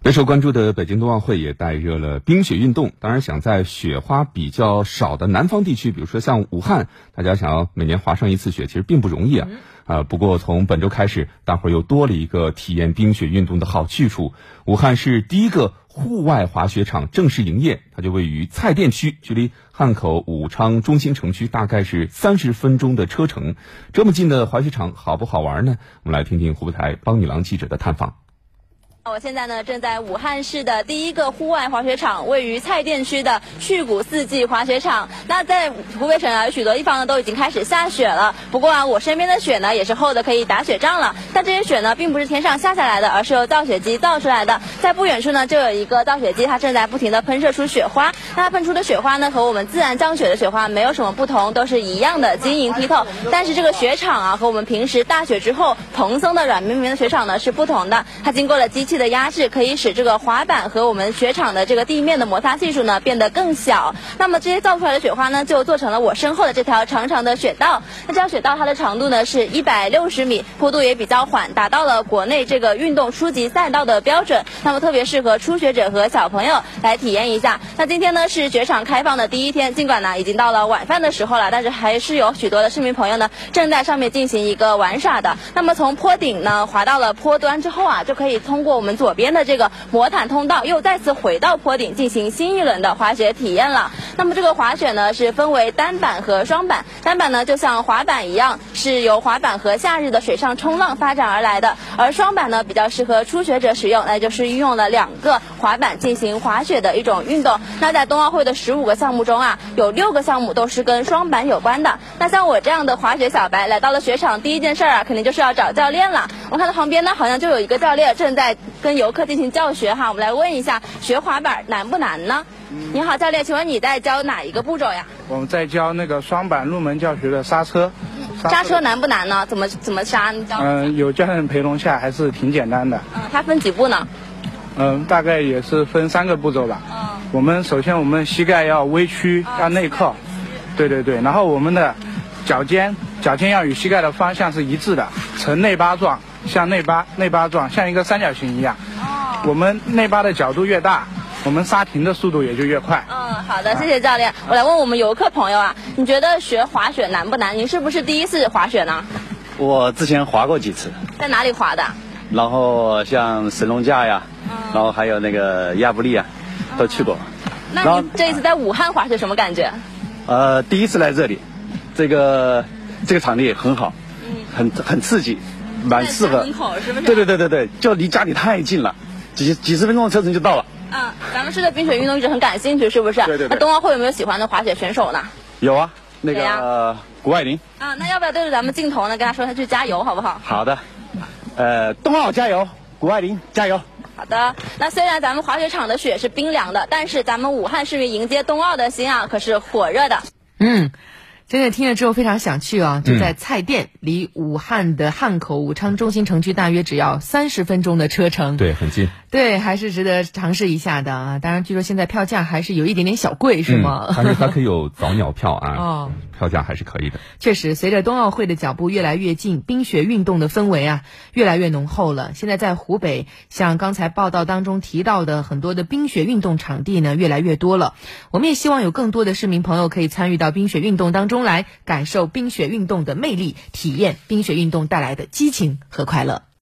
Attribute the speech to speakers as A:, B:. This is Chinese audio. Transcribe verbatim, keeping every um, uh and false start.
A: 备受关注的北京冬奥会也带热了冰雪运动。当然，想在雪花比较少的南方地区，比如说像武汉，大家想要每年滑上一次雪，其实并不容易啊。呃，不过从本周开始，大伙儿又多了一个体验冰雪运动的好去处。武汉是第一个户外滑雪场正式营业，它就位于蔡甸区，距离汉口武昌中心城区大概是三十分钟的车程。这么近的滑雪场好不好玩呢？我们来听听湖北台帮你郎记者的探访。
B: 我现在呢正在武汉市的第一个户外滑雪场，位于蔡甸区的旭谷四季滑雪场。那在湖北省啊，有许多地方呢都已经开始下雪了。不过啊，我身边的雪呢也是厚的可以打雪仗了。但这些雪呢并不是天上下下来的，而是由造雪机造出来的。在不远处呢就有一个造雪机，它正在不停地喷射出雪花。那它喷出的雪花呢和我们自然降雪的雪花没有什么不同，都是一样的晶莹剔透。但是这个雪场啊和我们平时大雪之后蓬松的软绵绵的雪场呢是不同的。它经过了机器的压制，可以使这个滑板和我们雪场的这个地面的摩擦系数呢变得更小。那么这些造出来的雪花呢就做成了我身后的这条长长的雪道。那这条雪道它的长度呢是一百六十米，坡度也比较缓，达到了国内这个运动初级赛道的标准。那么特别适合初学者和小朋友来体验一下。那今天呢是雪场开放的第一天，尽管呢已经到了晚饭的时候了，但是还是有许多的市民朋友呢正在上面进行一个玩耍的。那么从坡顶呢滑到了坡端之后啊，就可以通过我们左边的这个魔毯通道又再次回到坡顶进行新一轮的滑雪体验了。那么这个滑雪呢是分为单板和双板，单板呢就像滑板一样，是由滑板和夏日的水上冲浪发展而来的，而双板呢比较适合初学者使用，那就是运用了两个滑板进行滑雪的一种运动。那在冬奥会的十五个项目中啊，有六个项目都是跟双板有关的。那像我这样的滑雪小白来到了雪场，第一件事啊肯定就是要找教练了。我看到旁边呢好像就有一个教练正在跟游客进行教学哈，我们来问一下，学滑板难不难呢？嗯、你好，教练，请问你在教哪一个步骤呀？
C: 我们在教那个双板入门教学的刹车。
B: 刹车, 刹车难不难呢？怎么怎么刹？
C: 嗯、呃，有教练陪同下还是挺简单的。
B: 嗯，它分几步呢？
C: 嗯，大概也是分三个步骤吧。嗯，我们首先我们膝盖要微屈，啊、要内扣。对对对，然后我们的脚尖脚尖要与膝盖的方向是一致的，呈内八状，像内八内八状，像一个三角形一样。我们内八的角度越大，我们刹停的速度也就越快。
B: 嗯，好的，谢谢教练。我来问我们游客朋友啊，你觉得学滑雪难不难？您是不是第一次滑雪呢？
D: 我之前滑过几次。
B: 在哪里滑的？
D: 然后像神农架呀，嗯、然后还有那个亚布力啊，都去过。
B: 嗯、那你这一次在武汉滑雪什么感觉？
D: 呃，第一次来这里，这个这个场地很好，嗯、很很刺激，蛮适合。
B: 门口是不是？
D: 对对对对对，就离家里太近了。几几十分钟的车程就到了。
B: 嗯，咱们是对冰雪运动一直很感兴趣，是不是？
D: 对对对。
B: 那冬奥会有没有喜欢的滑雪选手呢？
D: 有啊，那个、呃、谷爱凌。
B: 啊，那要不要对着咱们镜头呢，跟他说他去加油，好不好？
D: 好的。呃，冬奥加油，谷爱凌加油。
B: 好的。那虽然咱们滑雪场的雪是冰凉的，但是咱们武汉市民迎接冬奥的心啊，可是火热的。
E: 嗯。真的听了之后非常想去啊！就在蔡甸，嗯、离武汉的汉口武昌中心城区大约只要三十分钟的车程，
A: 对，很近，
E: 对，还是值得尝试一下的啊！当然，据说现在票价还是有一点点小贵，是吗？
A: 嗯、但是它可以有早鸟票啊，
E: 哦，
A: 票价还是可以的。
E: 确实，随着冬奥会的脚步越来越近，冰雪运动的氛围啊越来越浓厚了。现在在湖北，像刚才报道当中提到的很多的冰雪运动场地呢越来越多了。我们也希望有更多的市民朋友可以参与到冰雪运动当中来，感受冰雪运动的魅力，体验冰雪运动带来的激情和快乐。